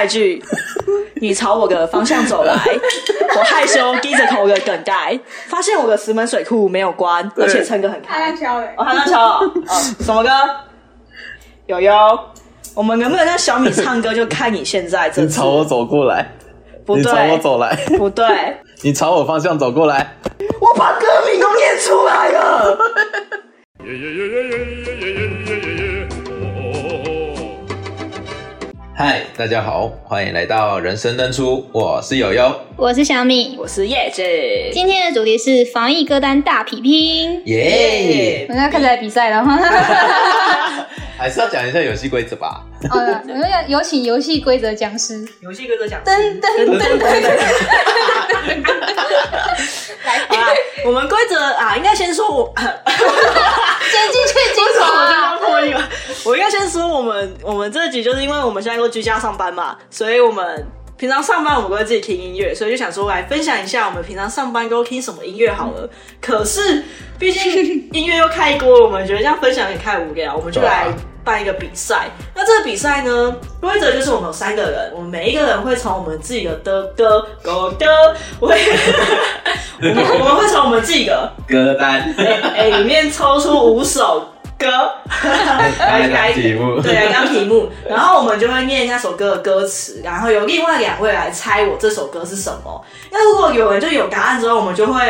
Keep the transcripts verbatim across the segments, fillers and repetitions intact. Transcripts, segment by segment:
下一句，你朝我的方向走来，我害羞低着头的等待，发现我的石门水库没有关，而且撑得很开。 他在敲嘞， 哦，他在敲哦。哦，什么歌？有有。我们能不能让小米唱歌就看你现在这次？ 你朝我走过来， 不对， 你朝我走来， 不对， 你朝我方向走过来， 我把歌名都念出来了。 嗨，大家好，欢迎来到人生登出，我是友友， 我是小米， 我是叶姐。 今天的主题是防疫歌单大比拼， 耶！ 我们要开始来比赛了吗？ 还是要讲一下游戏规则吧。 好的，我们要有请游戏规则讲师。 游戏规则讲师。 噔噔噔噔噔。 来，好啦，我们规则啊，应该先说我先进去精华。 我刚刚破音了。我应该先说我们，我们这集就是因为我们现在都居家上班嘛，所以我们平常上班我们都会自己听音乐，所以就想说来分享一下我们平常上班都听什么音乐好了。可是毕竟音乐又开锅了，我们觉得这样分享也太无聊，我们就来办一个比赛。那这个比赛呢，规则就是我们有三个人，我们每一个人会从我们自己的的歌歌歌，我会我们我们会从我们自己的歌单哎、欸、里面抽出五首歌来来当题目， 对，来当题目，然后我们就会念那首歌的歌词，然后由另外两位来猜我这首歌是什么。那如果有人就有答案之后，我们就会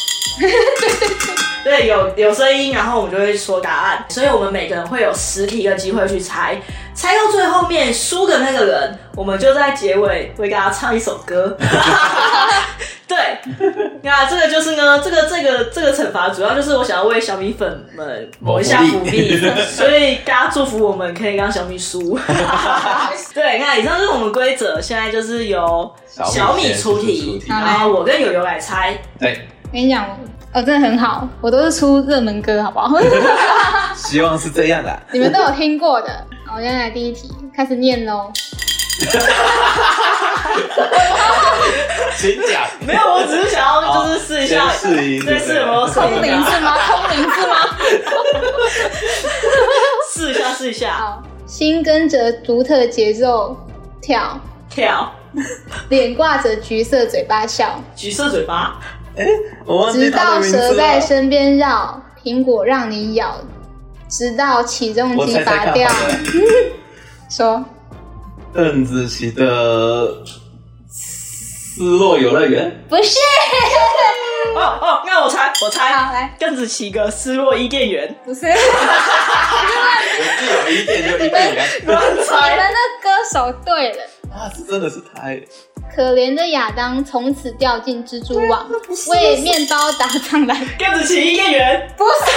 对有有声音，然后我们就会说答案。所以我们每个人会有十题的机会去猜，猜到最后面输的那个人，我们就在结尾会给他唱一首歌。对，那这个就是呢，这个这个这个惩罚主要就是我想要为小米粉们谋一下福利，所以大家祝福我们可以让小米输。对，那以上就是我们规则，现在就是由小米出题，然后我跟友友来猜。 对， 我跟你讲，哦，真的很好，我都是出热门歌，好不好？ 希望是这样的。 你们都有听过的。好，我现在来第一题，开始念喽。 请讲。 没有，我只是想要就是试一下， 试音， 对，试有没有声音？ 通灵是吗？通灵是吗？ 试一下，试一下。 好，心跟着独特节奏跳跳， 脸挂着橘色嘴巴笑， 橘色嘴巴。 哎、欸，我忘记直到他的名字了。 蛇在身边绕，苹果让你咬，直到起重机拔掉。说。 邓紫棋的失落游乐园不是。 哦哦，那我猜，我猜， 好来， 邓紫棋的失落伊甸园不是。 我是有一点就一点乱猜。 你们的歌手对了啊，是真的是他耶。 可怜的亚当从此掉进蜘蛛网，为面包打仗来。 邓紫棋伊甸园不是。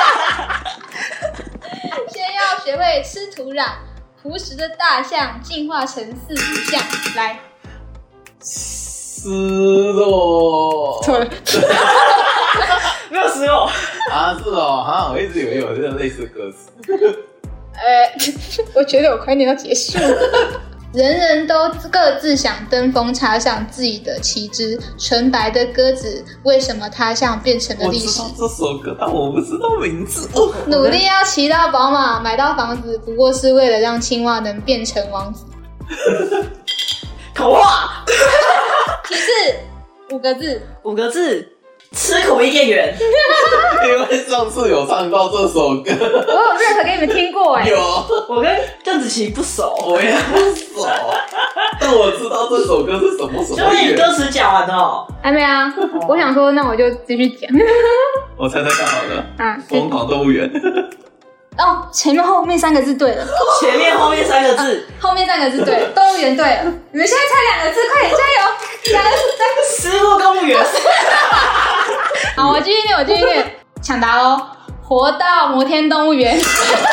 先要学会吃土壤。朴实的大象进化成四不像，来， 失落， 错了， 没有失落啊，是哦，哈，我一直以为有这个类似的歌词。 呃，我觉得我快点要结束了。人人都各自想登峰插上自己的旗帜，纯白的鸽子为什么它像变成了历史？ 我知道这首歌，但我不知道名字。 哦、努力要骑到宝马，买到房子，不过是为了让青蛙能变成王子。 童话。 提示五个字， 五个字。吃苦伊甸园。 因为上次有唱到这首歌， 我有 rap 给你们听过哎。 有， 我跟邓紫棋不熟， 我也不熟，但我知道这首歌是什么什么。 就是你歌词讲完了哦。 还没啊？我想说，那我就继续讲。 我猜猜看好了。 啊， 疯狂动物园。 哦，前面后面三个字对了。 前面后面三个字， 后面三个字对了，动物园对了。你们现在猜两个字，快点加油！两个字对。 失落动物园。 好，我继续念，我继续念，抢答喽！活到摩天动物园。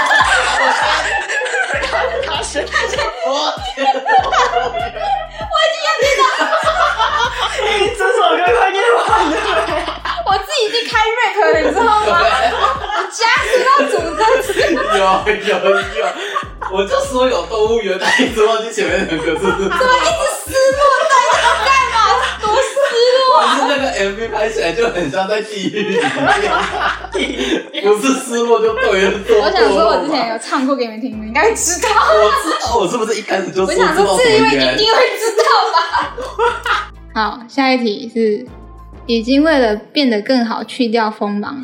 大声！ 我天！ 我已经要念到。 你这首歌快念完了。 我自己已经开 rap 了，你知道吗？我加词到主歌词。 有有有，我就说有动物园，但一直忘记前面两个字。怎么一直失落？到底要干嘛？多失落啊！ 是那个 M V 拍起来就很像在地狱里面，不是失落就对了。 我想说，我之前有唱过给你们听，你们应该知道。 我知道，我是不是一开始就说我想说，自以为一定会知道吧。好，下一题是，已经为了变得更好去掉锋芒，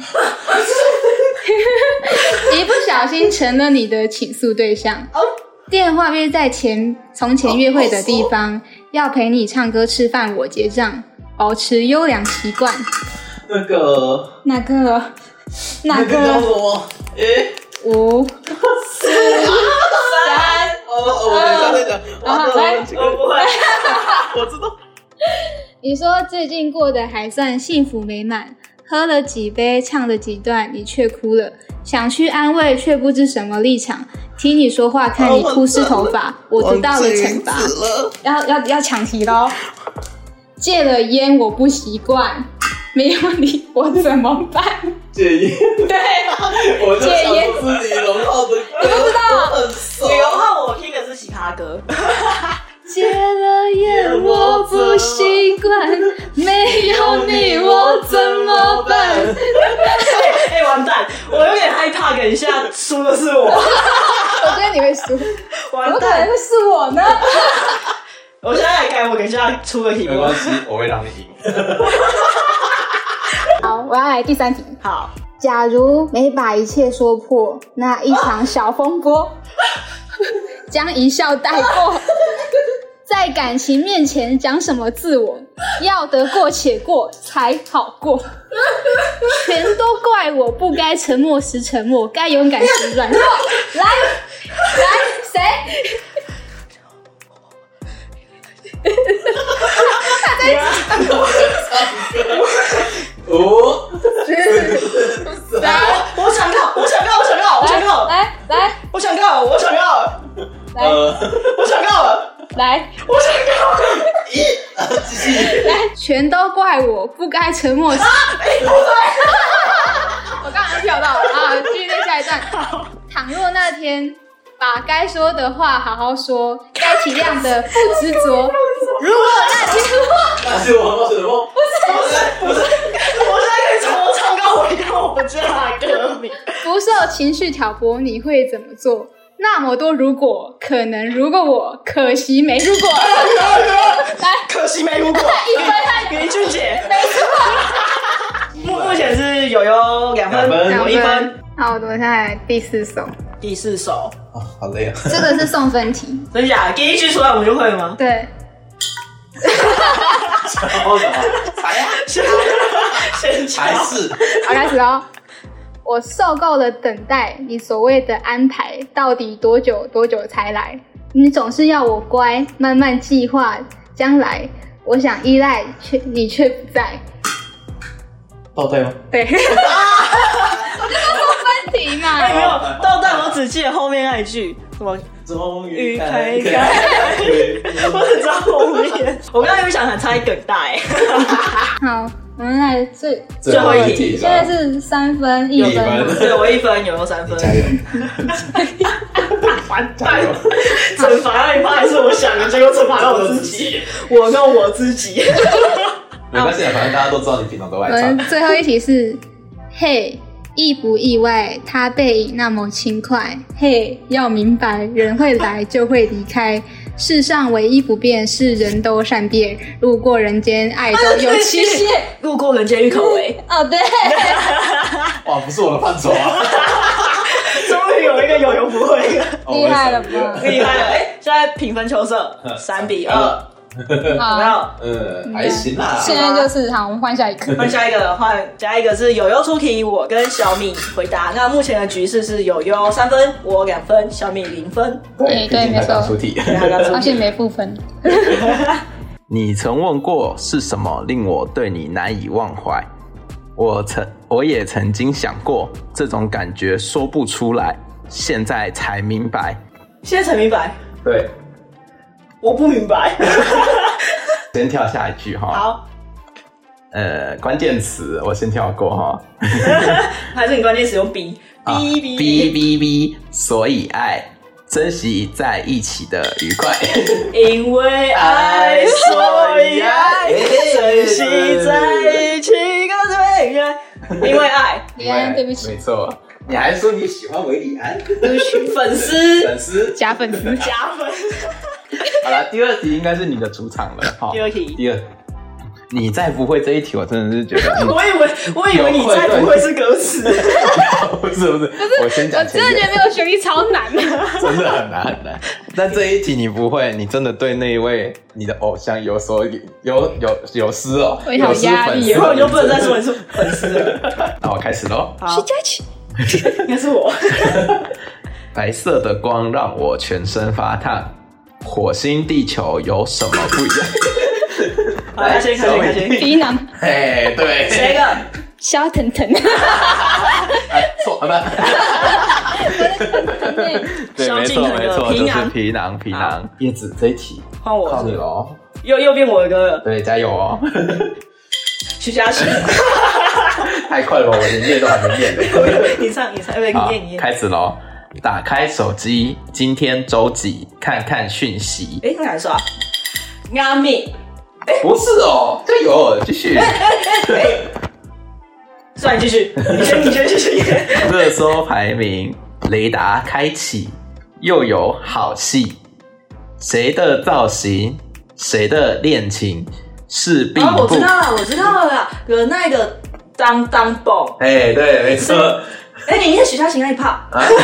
一不小心成了你的倾诉对象。电话约在前从前约会的地方，要陪你唱歌吃饭，我结账，保持优良习惯。 那个哪个？哪个？ 那个叫什么？诶， 五、四、三。 哦，我等一下再讲。 好，来， 我不会， 我知道。 你说最近过得还算幸福美满，喝了几杯，唱了几段，你却哭了，想去安慰，却不知什么立场。听你说话，看你哭湿头发，我得到了惩罚。要要要抢题咯。戒了烟我不习惯，没有你我怎么办？ 戒烟。 对， 我就想说是李荣浩的歌， 你不知道？ 我很熟。 李荣浩我听的是其他歌。 戒了烟我不习惯，没有你我怎么办？ 哎、欸，完蛋！我有点害怕，等一下输的是我。 我觉得你会输， 完蛋， 怎么可能会是我呢？ 我现在来看，我等一下出个题目。 没关系，我会让你赢。 好，我要来第三题。 好， 假如没把一切说破，那一场小风波将一笑带过。在感情面前讲什么自我，要得过且过才好过。全都怪我不该沉默时沉默，该勇敢时软弱。来来，谁？他在唱歌。五、四、三。 我想到，我想到，我想到，我想到， 来来， 我想到，我想到， 来， 我想到了。 来， 我想到了， 一，继续。 来，全都怪我不该沉默时。 啊，哎，不对， 我刚才跳到了啊！继续下一段。倘若那天把该说的话好好说，该体谅的不执着。如果那天， 那是我，那是我， 不是不是，我现在可以从头唱到尾，看我知道他的歌名。 不受情绪挑拨，你会怎么做？那么多如果，可能如果我，可惜没如果。来， 可惜没如果。 一分半， 林俊杰。 没错。 目目前是友友两分，我一分。 好，我们现在第四首。 第四首。 哦，好累啊。 这个是送分题。 真假？第一句出来我们就会了吗？ 对。 想要什么？猜呀！ 先先还是。 好，开始哦。我受够了等待，你所谓的安排到底多久多久才来？你总是要我乖，慢慢计划将来。我想依赖，却你却不在。 倒带吗？ 对，我就说分题嘛。 哎，没有倒带，我只记得后面那一句什么。 终于开开， 我只知道后面。我刚刚有想想猜梗带。 好，我们来最最后一题， 现在是三分一分， 对我一分，有没有三分？ 加油！ 完蛋了，惩罚那一趴还是我想的，结果惩罚到我自己，我弄我自己。 没关系，反正大家都知道你平常都爱我唱。 们最后一题是，嘿。意不意外？他背影那么轻快。嘿，要明白，人会来就会离开。世上唯一不变是人都善变。路过人间，爱都有期限。 路过人间，郁口为。 哦，对。 哇，不是我的范畴啊！ 终于有一个有油不会了， 厉害了吧？ 厉害了！哎，现在平分秋色，三比二。有没有？ 嗯，还行啦。 现在就是好，我们换下一个。 换下一个，换下一个是友友出题，我跟小米回答。那目前的局势是友友三分，我两分，小米零分。 对对，没错。 出题， 而且没负分。 你曾问过是什么令我对你难以忘怀？我曾，我也曾经想过，这种感觉说不出来，现在才明白。 现在才明白？ 对。 我不明白。 先跳下一句哈。 好。 呃，关键词我先跳过哈。 还是你关键词用 B B B B B B， 所以爱，珍惜在一起的愉快。 因为爱，所以爱。 珍惜在一起个最爱，因为爱。 李安，对不起， 没错。你还说你喜欢韦礼安？ 对不起，粉丝， 粉丝假粉丝， 加分。 好了，第二题应该是你的主场了。好， 第二题， 第二，你再不会这一题，我真的是觉得， 我以为我以为你再不会是歌词。 不是不是，我先讲我真的觉得没有学历超难的， 真的很难很难。但这一题你不会，你真的对那一位你的偶像有所有有有失哦， 我有压力， 以后你就不能再说你是粉丝了。 那我开始喽。 好， 徐佳琪， 应该是我。 白色的光让我全身发烫，火星地球有什么不一样？ 好，开心开心开心。 皮囊， 哎，对， 谁的？ 萧腾腾， 哎，错，啊不，对，没错没错，就是皮囊皮囊。叶子这一题换我， 靠你喽， 又又变我的歌了。 对，加油哦。 徐佳琪， 太快了吧，我连念都还没念呢。 你唱你唱，你念你念。 开始喽。打开手机，今天周几？看看讯息。 哎，很难说啊。阿密， 不是哦，加油，继续。 算你继续，你先你先继续。 热搜排名，雷达开启，又有好戏。谁的造型？谁的恋情？是并不。 哦，我知道了，我知道了，有那个当当蹦。 哎，对，没错。 哎，你念许佳琪那一 part。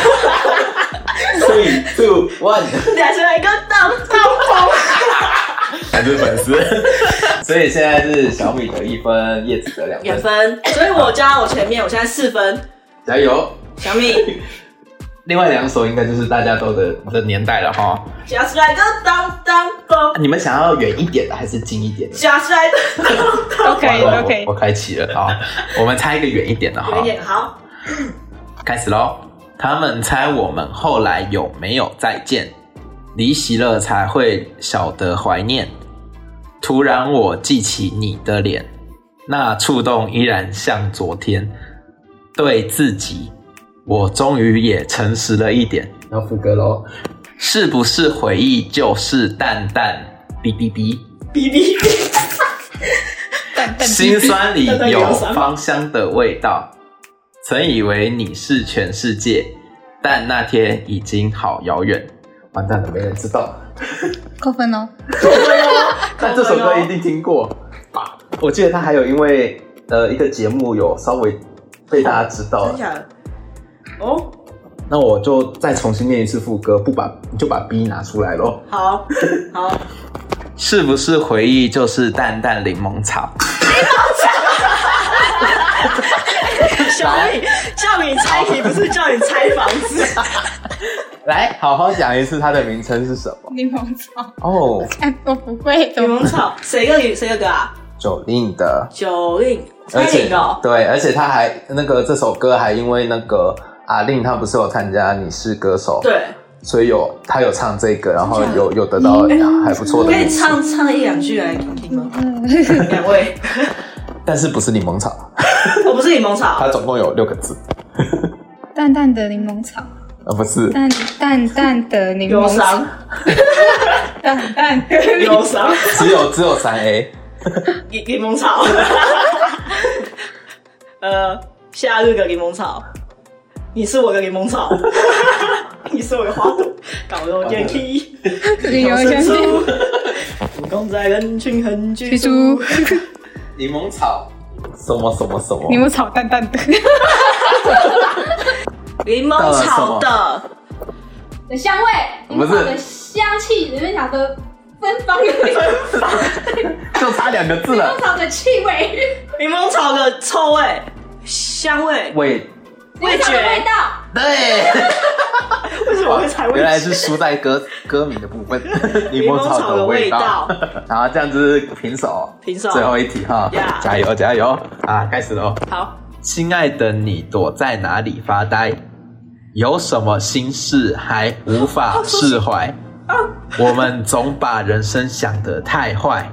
Three, two, one。 两起来一个当当蹦。 还是粉丝，所以现在是小米得一分，叶子得两分。 两分，所以我加我前面，我现在四分。 加油， 小米。 另外两首应该就是大家都的的年代了哈。 加起来个当当蹦。 你们想要远一点的还是近一点的？ 加起来的都可以都可以。 我开启了，好，我们猜一个远一点的哈。 远一点，好。 开始喽！他们猜我们后来有没有再见？离席了才会晓得怀念。突然我记起你的脸，那触动依然像昨天。对自己，我终于也诚实了一点。要副歌咯。是不是回忆就是淡淡哔哔哔哔哔哔， 淡淡心酸里有芳香的味道。曾以为你是全世界，但那天已经好遥远。完蛋了，没人知道。 扣分哦。 但这首歌一定听过吧？我记得他还有因为呃一个节目有稍微被大家知道了。 真假的？哦， 那我就再重新念一次副歌，不把就把 B 拿出来咯。 好，好。 是不是回忆就是淡淡柠檬草？ 柠檬草。小米，叫你猜题不是叫你猜房子。 来，好好讲一次它的名称是什么？ 柠檬草。 哦， 看我不会。 柠檬草，谁个谁个歌啊？ 九令的。 九令，蔡依林的。 对，而且他还那个这首歌还因为那个阿令他不是有参加《你是歌手》， 对， 所以有他有唱这个，然后有有得到还不错的。 可以唱唱一两句来听听吗？两位。 但是不是柠檬草？ 我不是柠檬草。 它总共有六个字。 淡淡的柠檬草。 啊，不是。 淡淡淡的柠檬草。淡淡的忧伤。 只有只有三 A。 柠柠檬草。呃，夏日的柠檬草。你是我的柠檬草。你是我的花朵。搞到电梯。 旅游深处。 浮动在人群很居住。 柠檬草，什么什么什么？ 柠檬草淡淡的。 柠檬草的的香味，柠檬草的香气，柠檬草的芬芳，芬芳， 就差两个字了。 柠檬草的气味， 柠檬草的臭味、香味、 味、 味觉、味道。 对。 为什么会猜味觉？ 原来是输在歌歌名的部分。柠檬草的味道。好，这样子平手。 平手。 最后一题哈， yeah. 加油加油啊！开始喽。 好。 亲爱的你躲在哪里发呆？有什么心事还无法释怀？我们总把人生想得太坏。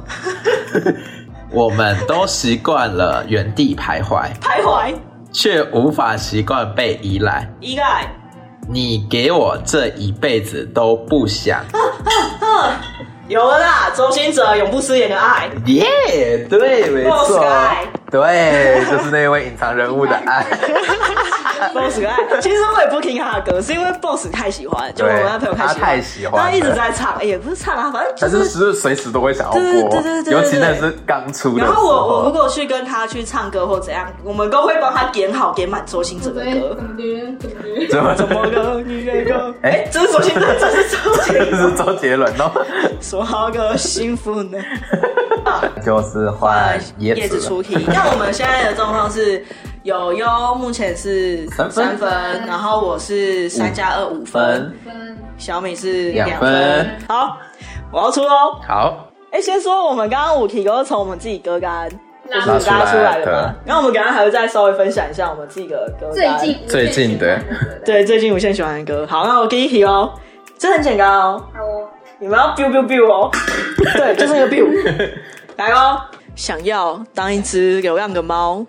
我们都习惯了原地徘徊， 徘徊， 却无法习惯被依赖。 依赖。你给我这一辈子都不想。 有了啦， 周兴哲永不失联的爱， 耶、yeah, 对，没错，对，就是那位隐藏人物的爱。 boss 的爱，其实我也不听他的歌，是因为 boss 太喜欢，就我们那朋友太喜欢， 他太喜欢， 他一直在唱，也不是唱啊，反正他就是随时都会想要播， 对对对对， 尤其那是刚出的时候。 然后我我如果去跟他去唱歌或怎样，我们都会帮他点好点满周兴哲的歌。 怎么怎么了？你这个哎，这是周兴哲，这是周杰伦， 这是周杰伦哦。 说好个幸福呢， 就是换叶子出题。那我们现在的状况是。友友目前是三分，分然后我是三加二五分，小米是两分。好，我要出喽。 好， 哎、欸，先说我们刚刚五题都是从我们自己歌单就是拉出来的嘛，然后我们刚刚还会再稍微分享一下我们自己的歌单。 最近最近的， 对，最近无限喜欢的歌。好，那我第一题哦，这很简单哦。 好哦， 你们要 biu biu biu 哦。对，就是那个 biu。来哦，想要当一只流浪的猫。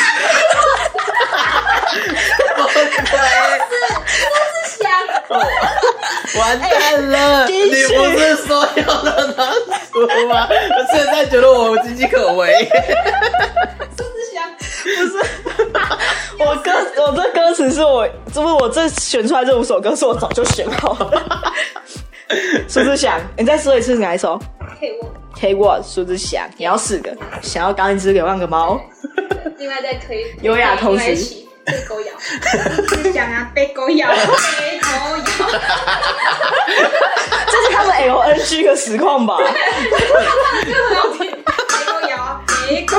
完蛋了！你不是说要让他出吗？我现在觉得我岌岌可危。 苏志祥不是，我歌我这歌词是我，这不是我这选出来这五首歌是我早就选好了。苏志祥，你再说一次哪一首 ？K One K One 苏志祥，你要四个，想要当一只流浪的猫。 另外再推优雅同时。 被狗咬，是讲啊，被狗咬，被狗咬， 这是他们 L N G 的实况吧？ 这很好听，被狗咬啊，被狗。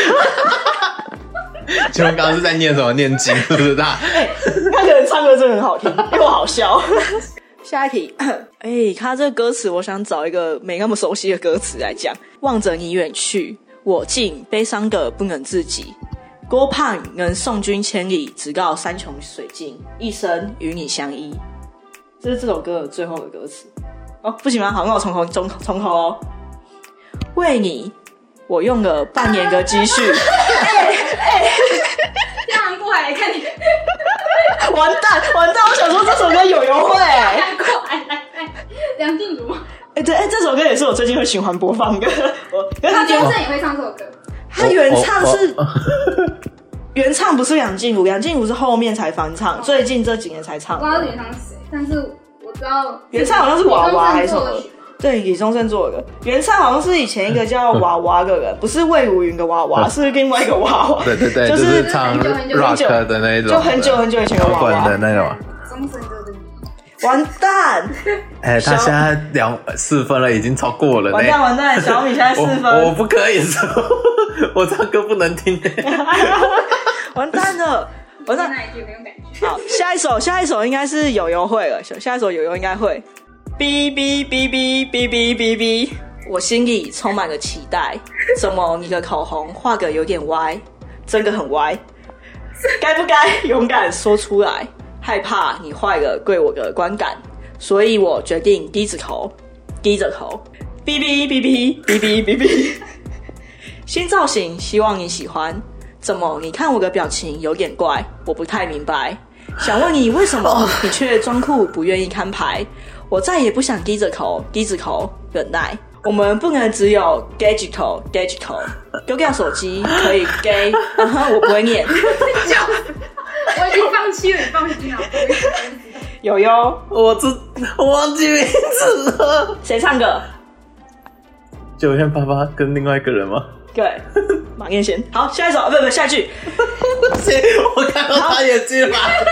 请问刚刚是在念什么？念经是不是？他哎，那个人唱歌真的很好听，又好笑。下一题，哎、欸，他这个歌词，我想找一个没那么熟悉的歌词来讲。望着你远去，我竟悲伤的不能自己。多盼能送君千里，直到山穷水尽，一生与你相依。这是这首歌的最后的歌词。哦，不行吗？好，那我从头从从头哦。为你，我用了半年的积蓄。哎哎， 漂洋过海来看你。 完蛋完蛋！我想说这首歌有优惠。漂洋过海来看梁静茹吗？ 哎、欸、对，哎、欸，这首歌也是我最近会循环播放的。我他原正也会唱这首歌。 他原唱是原唱不是梁静茹，梁静茹是后面才翻唱，最近这几年才唱。 我不知道原唱是谁，但是我知道原唱好像是娃娃还是什么？对，李宗盛做的。原唱好像是以前一个叫娃娃的人，不是魏如云的娃娃，是另外一个娃娃。 对对对， 就是唱 rock 的那种， 就很久很久以前的娃娃的那种。 宗盛哥的。 完蛋！ 哎、欸，他现在两四分了，已经超过了呢。 完蛋完蛋，小米现在四分我，我不可以说，我唱歌不能听。 完蛋了，完蛋！ 那一句没有感觉。 好，下一首，下一首应该是友友会了，下一首友友应该会。哔哔哔哔哔哔哔哔，我心里充满了期待。怎么你的口红画个有点歪，真的很歪？该不该勇敢说出来？害怕你坏了对我的观感，所以我决定低着头，低着头，哔哔哔哔哔哔哔哔。新造型，希望你喜欢。怎么你看我的表情有点怪，我不太明白。想问你为什么你却装酷不愿意看牌？我再也不想低着头，低着头忍耐。我们不能只有 digital digital， 丢掉手机可以 gay， 嗯哼，我不会念。 我已经放弃了，你放心了。 友友， 我知我忘记名字了。 谁唱歌？ 九天爸爸跟另外一个人吗？ 对，马念先。好，下一首，不不，下一句。 我看到他眼睛了。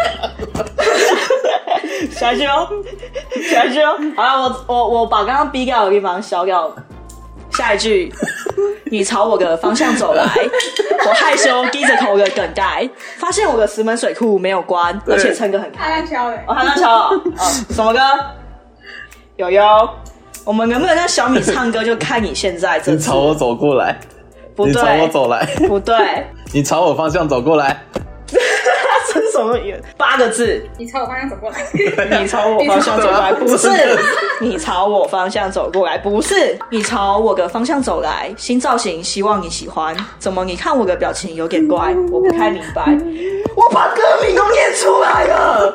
下一句哦，下一句哦。好了，我我我把刚刚逼掉的地方消掉。下一句，你朝我的方向走来，我害羞低着头的等待，发现我的石门水库没有关，而且撑得很开。 他在敲哎， 哦，他在敲哦。哦，什么歌？友友，我们能不能让小米唱歌？就看你现在这。 你朝我走过来。 不对， 你朝我走来。 不对， 你朝我方向走过来。 这是什么语言？八个字。 你朝我方向走过来。 你朝我方向走过来，不是。你朝我方向走过来，不是。你朝我的方向走来，新造型，希望你喜欢。怎么你看我的表情有点怪，我不太明白。我把歌名都念出来了。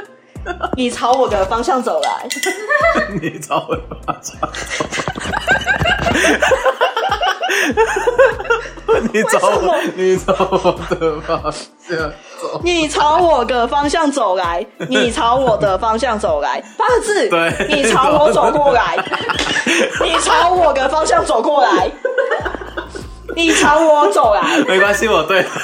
你朝我的方向走来。 你朝我的方向走来。 你朝我，你朝我的方向走。 你朝我的方向走来，你朝我的方向走来，八个字。 对， 你朝我走过来，你朝我的方向走过来，你朝我走来。 没关系，我对了。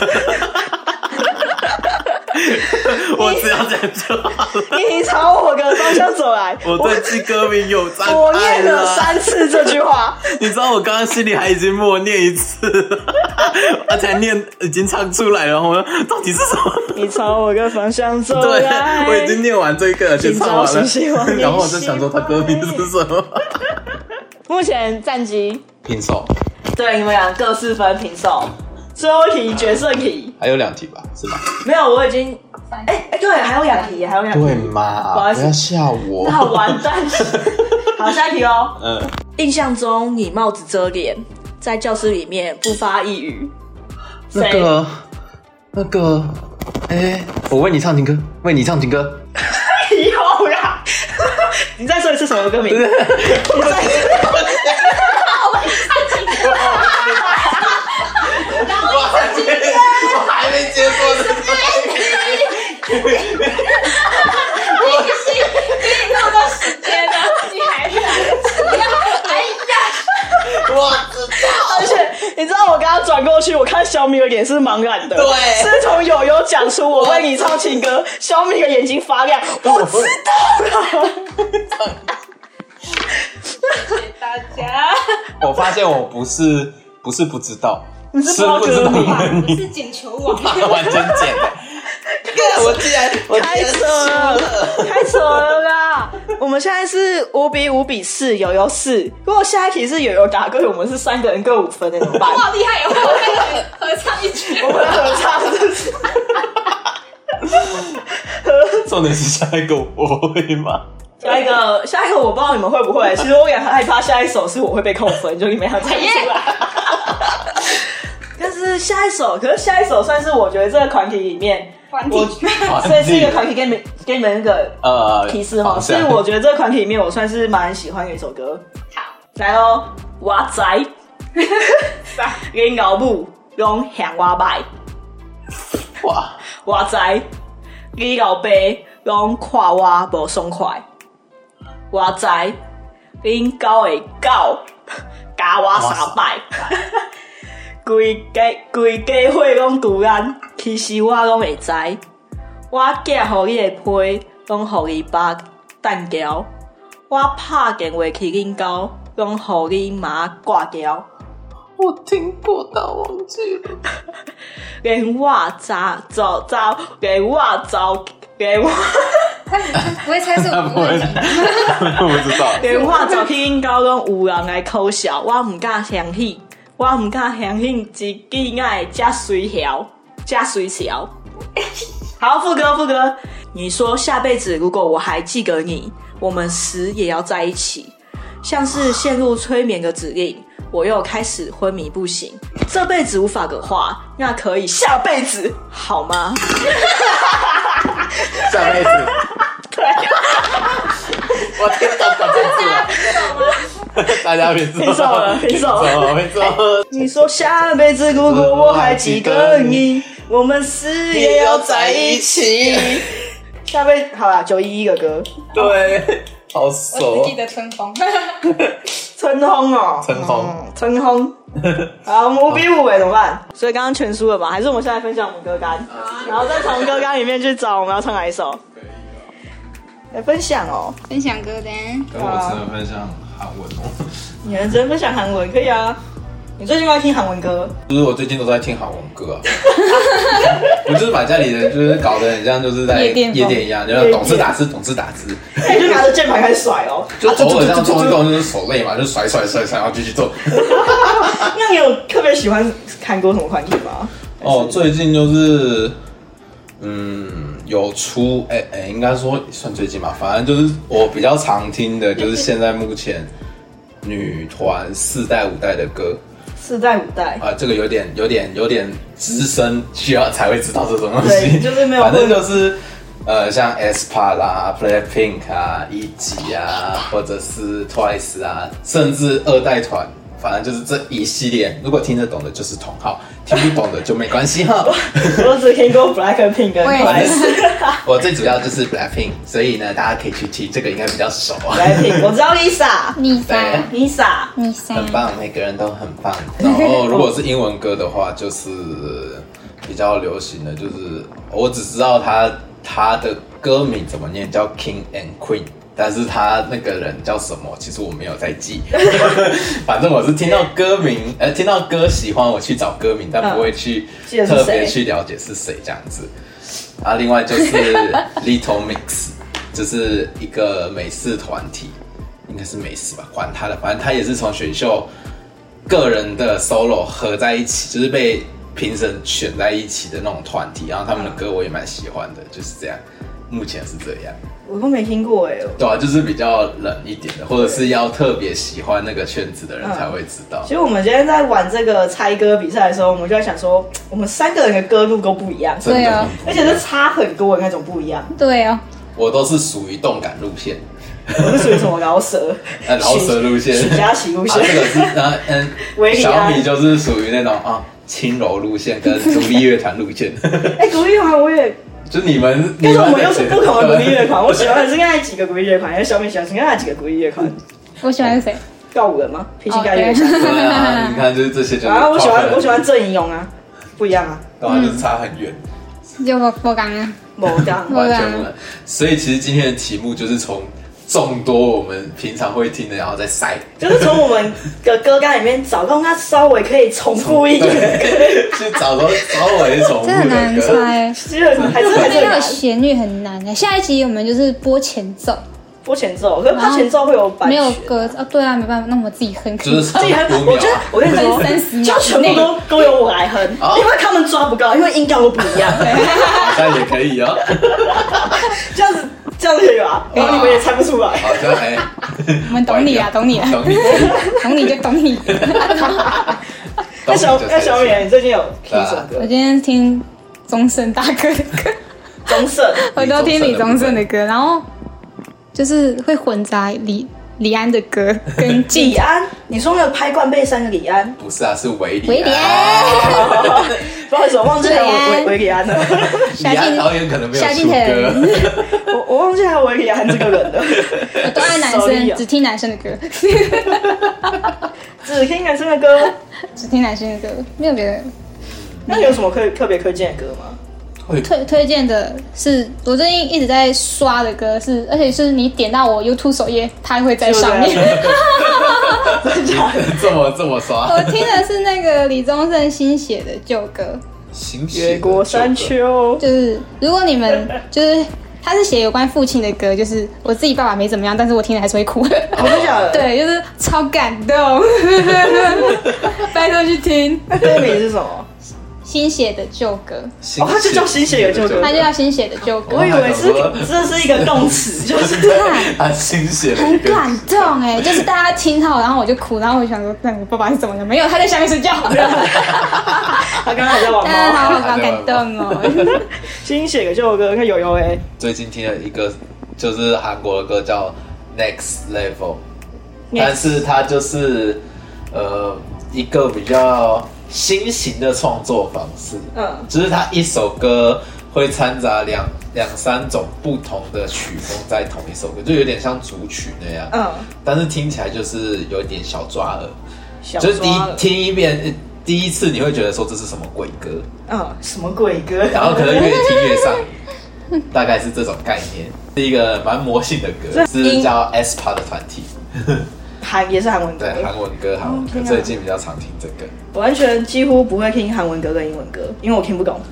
我只要这样就好了。 你朝我的方向走来， 我对记歌名有障碍了。 我念了三次这句话。 你知道我刚刚心里还已经默念一次了，而且念已经唱出来了。然后我说到底是什么？ 你朝我的方向走对， 来。 我已经念完这个，就唱完了。然后我就想说，他歌名是什么？ 目前战绩平手。 对，你们俩各四分，平手。最后一题决胜题， 还有两题吧，是吧？ 没有，我已经哎哎、欸欸，对，还有两题，还有两题。 对嘛？ 不好意思， 不要吓我。 那完蛋。好，下一题哦。 嗯。 印象中你帽子遮脸，在教室里面不发一语。 那个，那个，哎、欸，我为你唱情歌，为你唱情歌。 有啦。你再说一次什么歌名？你再。 我还没，我还没接过呢。 我给你那么多时间了，你还来？哎呀！ 我知道。 而且你知道我刚刚转过去，我看小米的脸是茫然的。 对。 自从友友讲出我为你唱情歌，小米的眼睛发亮。我知道了。 谢谢大家。 我发现我不是不是不知道。 你是不知道歌名， 你是捡球王， 完全捡的。我竟然，我太扯了，太扯了啦！我们现在是五比五比四，友友四。如果下一题是友友答对，我们是三个人各五分的，怎么办？ 哇，厉害！我们合唱一曲， 我们合唱是不是？ 重点是下一个我会吗？ 下一个，下一个我不知道你们会不会。其实我也很害怕下一首是我会被扣分，就你们要猜不出来。但是下一首，可是下一首算是我觉得这个团体里面， 我所以是一个团体给你们给你们那个呃提示哈，所以我觉得这个团体里面我算是蛮喜欢的一首歌。 好， 来咯，我知，你老母拢向我买， 哇， 我知，你老爸拢看我无爽快，我知，恁狗的狗加我三摆。规家规家伙拢独安，其实我拢会知。我寄互你的批，拢互你把蛋胶。我拍电话去恁家，拢互你妈挂掉。 我听过，但忘记了。 连我早早早，连我早，连我。 他不会猜是我不会， 我不知道。 连我早去恁家，拢有人来口笑，我唔敢相信。我唔敢相信一句爱加水条，加水条。好，副歌副歌，你说下辈子如果我还记得你，我们死也要在一起。像是陷入催眠的指令，我又开始昏迷不醒。这辈子无法的话，那可以下辈子好吗？ 下辈子。 对。 我听懂关键字了。大家平手平手了，平手了， 平手了。 你说下辈子如果我还记得你，我们死也要在一起。下辈子好啦，九一一的歌， 对，好熟。 我只记得春风。 春风哦， 春风， 嗯、春风。好，我们五比五哎，怎么办？所以刚刚全输了嘛？还是我们现在分享我们歌单，然后再从歌单里面去找我们要唱哪一首？来分享哦， 分享歌单。 跟我只能分享韩文哦。 你能真分享韩文可以啊？你最近有在听韩文歌？ 就是我最近都在听韩文歌啊。我就是把家里的就是搞得很像就是在夜店一样，就是懂事打字，懂事打字。 你就拿着键盘开始甩哦， 就偶尔这样动一动，就是手累嘛，就甩甩甩甩，然后继续做。 那你有特别喜欢韩国什么团体吗？ 哦，最近就是嗯有出哎哎、欸欸，应该说算最近吧，反正就是我比较常听的，就是现在目前女团四代五代的歌。 四代五代啊、呃，这个有点有点有点资深，需要才会知道这种东西。 对，就是没有。 反正就是呃，像 aespa 啦、Blackpink 啊、E G 啊，或者是 Twice 啊，甚至二代团反正就是这一系列，如果听得懂的就是同好，听不懂的就没关系哈。 我只听过 Blackpink 跟 Twice， 我最主要就是 Blackpink， 所以呢，大家可以去听，这个应该比较熟啊。 Blackpink， 我知道 Lisa，Lisa，Lisa， Lisa， 很棒，每个人都很棒。然后如果是英文歌的话，就是比较流行的，就是我只知道他他的歌名怎么念，叫 King and Queen。但是他那个人叫什么？其实我没有在记，反正我是听到歌名，呃，听到歌喜欢，我去找歌名，但不会去特别去了解是谁这样子。啊，另外就是 Little Mix， 就是一个美式团体，应该是美式吧，管他的，反正他也是从选秀个人的 solo 合在一起，就是被评审选在一起的那种团体。然后他们的歌我也蛮喜欢的，就是这样。目前是这样。 我都没听过哎。 对啊，就是比较冷一点的，或者是要特别喜欢那个圈子的人才会知道。 嗯、其实我们今天在玩这个猜歌比赛的时候，我们就在想说，我们三个人的歌路都不一样， 对啊， 而且是差很多的那种不一样。 对啊， 我都是属于动感路线。 我是属于什么饶舌？ 呃，饶舌路线， 许佳琪路线。 啊、这个是呃嗯，小米就是属于那种啊轻柔路线跟独立乐团路线。 哎、欸，独立乐团我也。 就是你们， 但是我们又是不同的独立乐团。我喜欢的是刚才几个独立乐团，因为小米喜欢是刚才几个独立乐团。 我喜欢是谁？ 告五人吗？脾气盖乐团。 对啊，你看就是这些就是。 啊，我喜欢我喜欢郑怡蓉啊，不一样啊。 对啊，就是差很远。 就我我刚啊， 我刚完全不能。所以其实今天的题目就是从众多我们平常会听的，然后再筛， 就是从我们的歌单里面找到它稍微可以重复一点的歌， 去找到稍微重复的歌。 这很难猜， 其实还是还是那个旋律很难的。下一集我们就是播前奏， 播前奏，可是它前奏会有版没有歌啊？对啊，没办法，那我们自己哼， 就是自己哼。我觉得我跟你说， 三十秒就全部都都由我来哼，因为他们抓不到，因为音调都不一样。 好像也可以哦， 这样子。这样子可以吧？然后你们也猜不出来。 好像哎， 我们懂你啊，懂你啊， 懂你， 懂你就懂你。 那小那小米，你最近有听什么歌？ 我今天听钟声大哥的歌。 钟声， 我都听李宗盛的歌，然后就是会混杂李李安的歌跟李安。你说那个拍灌贝山的李安？ 不是啊，是韦礼。 韦礼安。 不好意思，我忘记还有韦韦礼安了。 李安导演可能没有出歌。 我我忘记还有韦礼安这个人了。 我都爱男生，只听男生的歌。 只听男生的歌， 只听男生的歌，没有别的。 那你有什么可以特别推荐的歌吗？ 推推荐的是我最近一直在刷的歌是，而且是你点到我 YouTube 首页，它会在上面。 这么这么刷？ 我听的是那个李宗盛新写的旧歌， 新越过山丘。 就是如果你们就是他是写有关父亲的歌，就是我自己爸爸没怎么样，但是我听了还是会哭。 真的假的？ 对，就是超感动。拜托去听。 歌名是什么？ 新写的旧歌， 哦，它就叫新写的旧歌， 它就叫新写的旧歌。 我以为是这是一个动词，就是他新写的， 很感动哎，就是大家听到，然后我就哭，然后我就想说，那我爸爸是怎么了？没有，他在下面睡觉。 他刚刚还在玩猫， 好好感动哦。 新写的旧歌，看有有哎， 最近听了一个就是韩国的歌叫 Next Level， 但是它就是呃一个比较新型的创作方式，嗯，就是它一首歌会掺杂两两三种不同的曲风在同一首歌，就有点像主曲那样，嗯，但是听起来就是有点小抓耳， 小就是第一听一遍，第一次你会觉得说这是什么鬼歌， 嗯，什么鬼歌， 然后可能越听越上瘾，大概是这种概念，是一个蛮魔性的歌，是叫 aespa 的团体。 韩也是韩文歌， 对，韩文歌，韩文歌，哦、最近比较常听这个。 我完全几乎不会听韩文歌跟英文歌，因为我听不懂。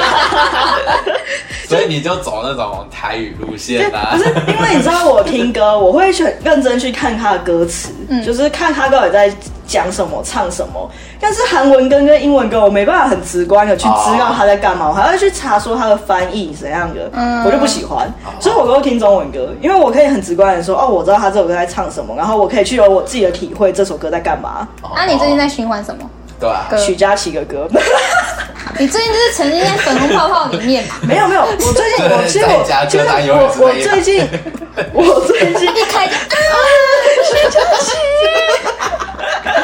所以你就走那种台语路线啊？ 不是，因为你知道我听歌，我会去认真去看他的歌词，嗯、就是看他到底在讲什么、唱什么。但是韩文歌跟英文歌，我没办法很直观的去知道他在干嘛，我还要去查说他的翻译怎样的，嗯、我就不喜欢。所以我都听中文歌，因为我可以很直观的说，哦，我知道他这首歌在唱什么，然后我可以去有我自己的体会，这首歌在干嘛。 那、啊、你最近在循环什么？ 对啊， 许佳琪的歌。 你最近就是沉浸在粉红泡泡里面嘛？ 没有没有，我最近我其实我其实我我最近我最近一开就啊，许佳琪， 直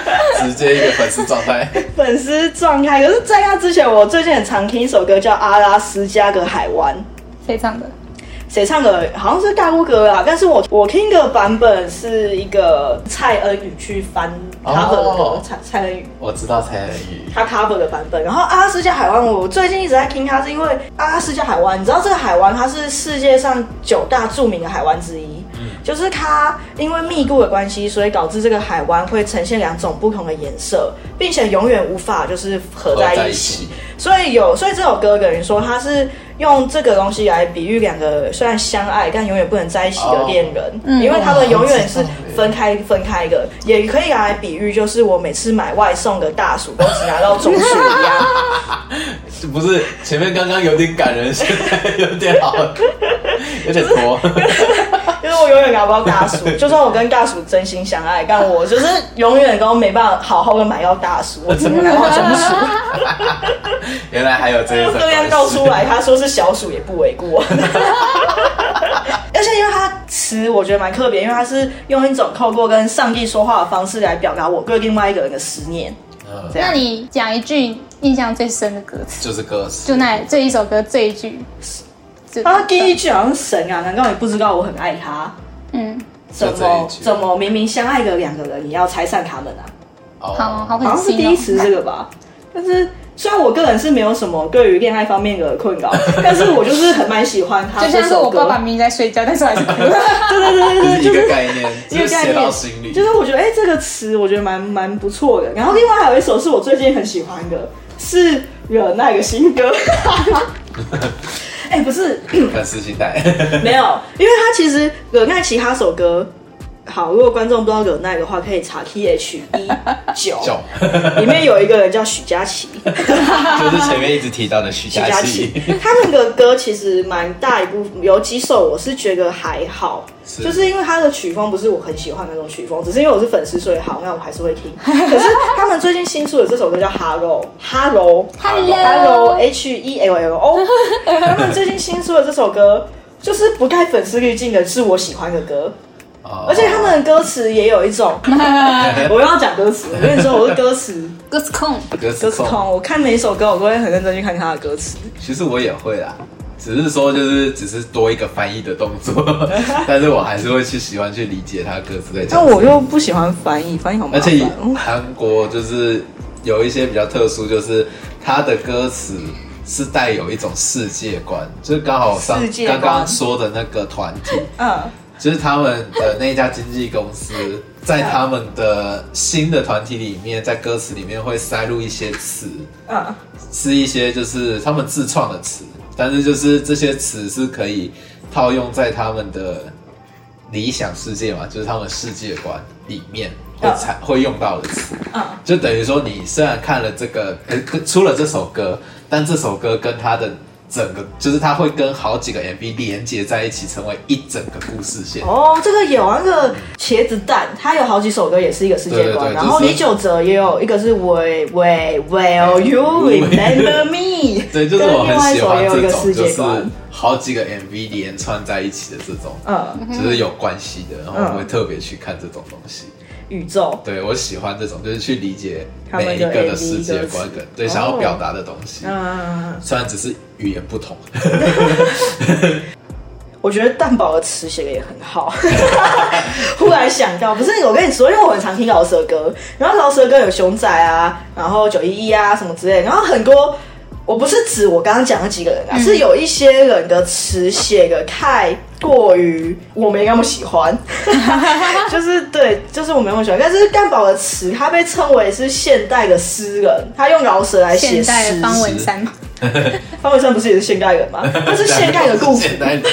直接一个粉丝状态。 粉丝状态。可是在他之前，我最近很常听一首歌叫《阿拉斯加个海湾》， 谁唱的？ 谁唱的？好像是大陆歌啦，但是我我听的版本是一个蔡恩宇去翻 cover 的歌，哦、蔡蔡恩宇， 我知道蔡恩宇， 他 cover 的版本。然后阿拉斯加海湾，我最近一直在听它，是因为阿拉斯加海湾，你知道这个海湾它是世界上九大著名的海湾之一，嗯、就是它因为密度的关系，所以导致这个海湾会呈现两种不同的颜色，并且永远无法就是合在一起。一起所以有，所以这首歌等于说它是用这个东西来比喻两个虽然相爱但永远不能在一起的恋人，哦嗯、因为他们永远是分开分开的，也可以来比喻就是我每次买外送的大薯都只拿到中薯一样。 不是前面刚刚有点感人，现在有点好，有点多。 就是我永远拿不到大薯，就算我跟大薯真心相爱，但我就是永远都没办法好好的买到大薯，我只能拿到中薯。 原来还有这一层。 这样告出来，他说是小薯也不为过。而且因为他词我觉得蛮特别，因为他是用一种透过跟上帝说话的方式来表达我对另外一个人的思念。 嗯、那你讲一句印象最深的歌词， 就是歌词， 就那这一首歌这一句。 他第一句好像是神啊，难道你不知道我很爱他？嗯，怎么怎么明明相爱的两个人，你要拆散他们啊？ 好好， 好像是第一词这个吧。但是虽然我个人是没有什么对于恋爱方面的困扰，但是我就是很蛮喜欢他这首歌。 就像是我爸爸明明在睡觉，但是我还是哭。对对对对对， 就是一个概念，一个写到心里。 就是我觉得哎、欸，这个词我觉得蛮蛮不错的。然后另外还有一首是我最近很喜欢的，是忍耐的新歌。哎、欸，不是粉丝心态， 没有，因为他其实忍耐其他首歌，好，如果观众不知道忍耐的话，可以查 T H 一九，里面有一个人叫许佳琪， 就是前面一直提到的许佳琪。 他们的歌其实蛮大一部分，有几首我是觉得还好，是就是因为他的曲风不是我很喜欢那种曲风，只是因为我是粉丝，所以好，那我还是会听。可是他们最近新出的这首歌叫 Hello Hello Hello H E L L O， 他们最近新出的这首歌就是不带粉丝滤镜的，是我喜欢的歌。而且他们的歌词也有一种，我又要讲歌词，我跟你说我是歌词歌词控， 歌词控，我看每一首歌我都会很认真去看他的歌词。 其实我也会啦，只是说就是只是多一个翻译的动作，但是我还是会去喜欢去理解他的歌词在讲。 但我又不喜欢翻译，翻译好麻烦。 而且韩国就是有一些比较特殊，就是他的歌词是带有一种世界观，就是刚好上刚刚说的那个团体，嗯。就是他们的那一家经纪公司，在他们的新的团体里面，在歌词里面会塞入一些词，嗯，是一些就是他们自创的词，但是就是这些词是可以套用在他们的理想世界嘛，就是他们世界观里面会才会用到的词，嗯，就等于说你虽然看了这个，呃，出了这首歌，但这首歌跟他的整个就是它会跟好几个 M V 连接在一起，成为一整个故事线。 哦，这个有那个茄子蛋，它有好几首歌也是一个世界观。对对对，然后李玖哲也有一个是 Will Will Will You Remember Me， 对，就是我很喜欢这种，就是好几个 M V 连串在一起的这种，嗯，就是有关系的，然后我会特别去看这种东西。 宇宙， 对，我喜欢这种，就是去理解每一个的世界观跟对想要表达的东西。嗯，虽然只是语言不同。 我觉得蛋堡的词写的也很好。忽然想到，不是我跟你说，因为我很常听饶舌歌，然后饶舌歌有熊仔啊，然后九一一啊什么之类的，然后很多。我不是指我刚刚讲的几个人啊，嗯、是有一些人的词写的太过于我没那么喜欢，就是对，就是我没那么喜欢。但是蛋堡的词，他被称为是现代的诗人，他用饶舌来写诗。 现代的方文山吗？ 方文山不是也是现代人吗？他是现代的故事。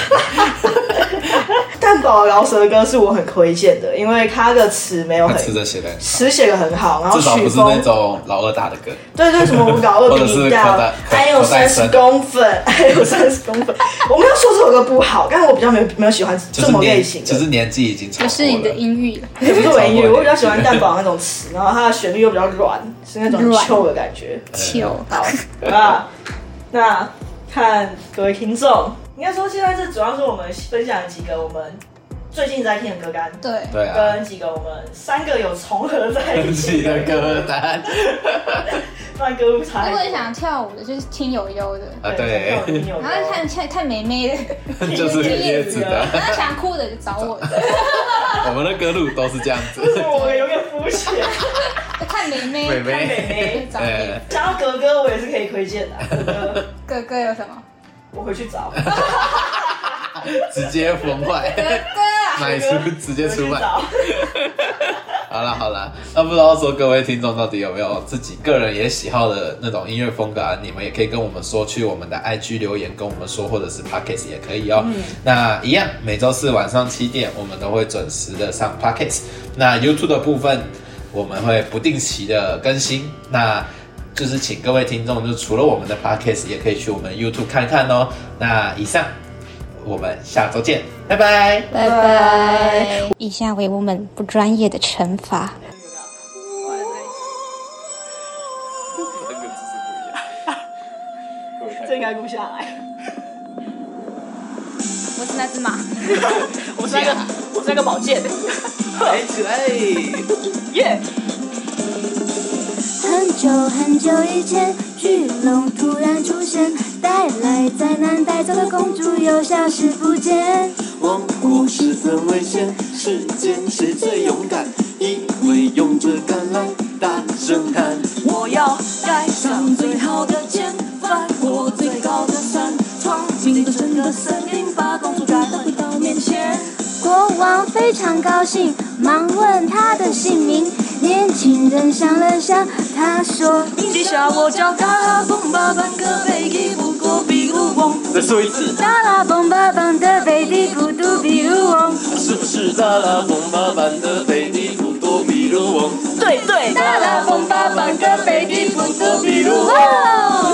蛋堡的饶舌歌是我很推荐的，因为他的词没有很词写的很好，然后曲风至少不是那种老二打的歌。 对对，什么我老二比你大，还有三十公分，还有三十公分。我没有说这首歌不好，但是我比较没有没有喜欢这么类型的， 就是年纪已经超过了， 不是你的音域了， 也不是我音域，我比较喜欢蛋堡那种词，然后它的旋律又比较软，是那种秋的感觉。 秋， 好啊，那看各位听众。应该说，现在这主要是我们分享几个我们最近在听的歌单， 对对啊， 跟几个我们三个有重合在一起的歌单， 放歌猜。 如果你想跳舞的，就是听悠悠的啊，对， 然后看看看妹妹的， 就是叶子的。 然后想哭的就找我的。 我们的歌路都是这样子。 我们有点肤浅。 看妹妹， 妹妹看妹妹， 找妹。 想要哥哥，我也是可以推荐的。哥哥， 哥哥有什么？ 我回去找。 直接崩坏。 哥哥， 买书直接出卖。好啦好啦，那不知道说各位听众到底有没有自己个人也喜好的那种音乐风格啊？你们也可以跟我们说，去我们的 I G 留言跟我们说，或者是 Podcast 也可以哦。嗯、那一样，每周四晚上七点，我们都会准时的上 Podcast。那 YouTube 的部分，我们会不定期的更新。那就是请各位听众，就除了我们的 Podcast， 也可以去我们 YouTube 看看哦。那以上。我们下周见，拜拜， 拜拜。以下为我们不专业的惩罚。 这应该录下来。 我是那只马， 我是那个，我是那个宝剑。来起来，耶！ 很久很久以前，巨龙突然出现，带来灾难，带走的公主又消失不见。 王国十分危险，世间谁最勇敢？因为用着橄榄大声喊： 我要盖上最好的剑，翻过最高的山，闯进最深的森林，把公主带回到面前。国王非常高兴，忙问他的姓名。年轻人想了想，他说：接下我叫嘎啦蹦吧班个飞机不过比鲁翁。 再说一次， 嘎啦蹦吧班的飞机不多比鲁翁。 是不是嘎啦蹦吧班的飞机不多比鲁翁？ 对对， 嘎啦蹦吧班的飞机不多比鲁翁。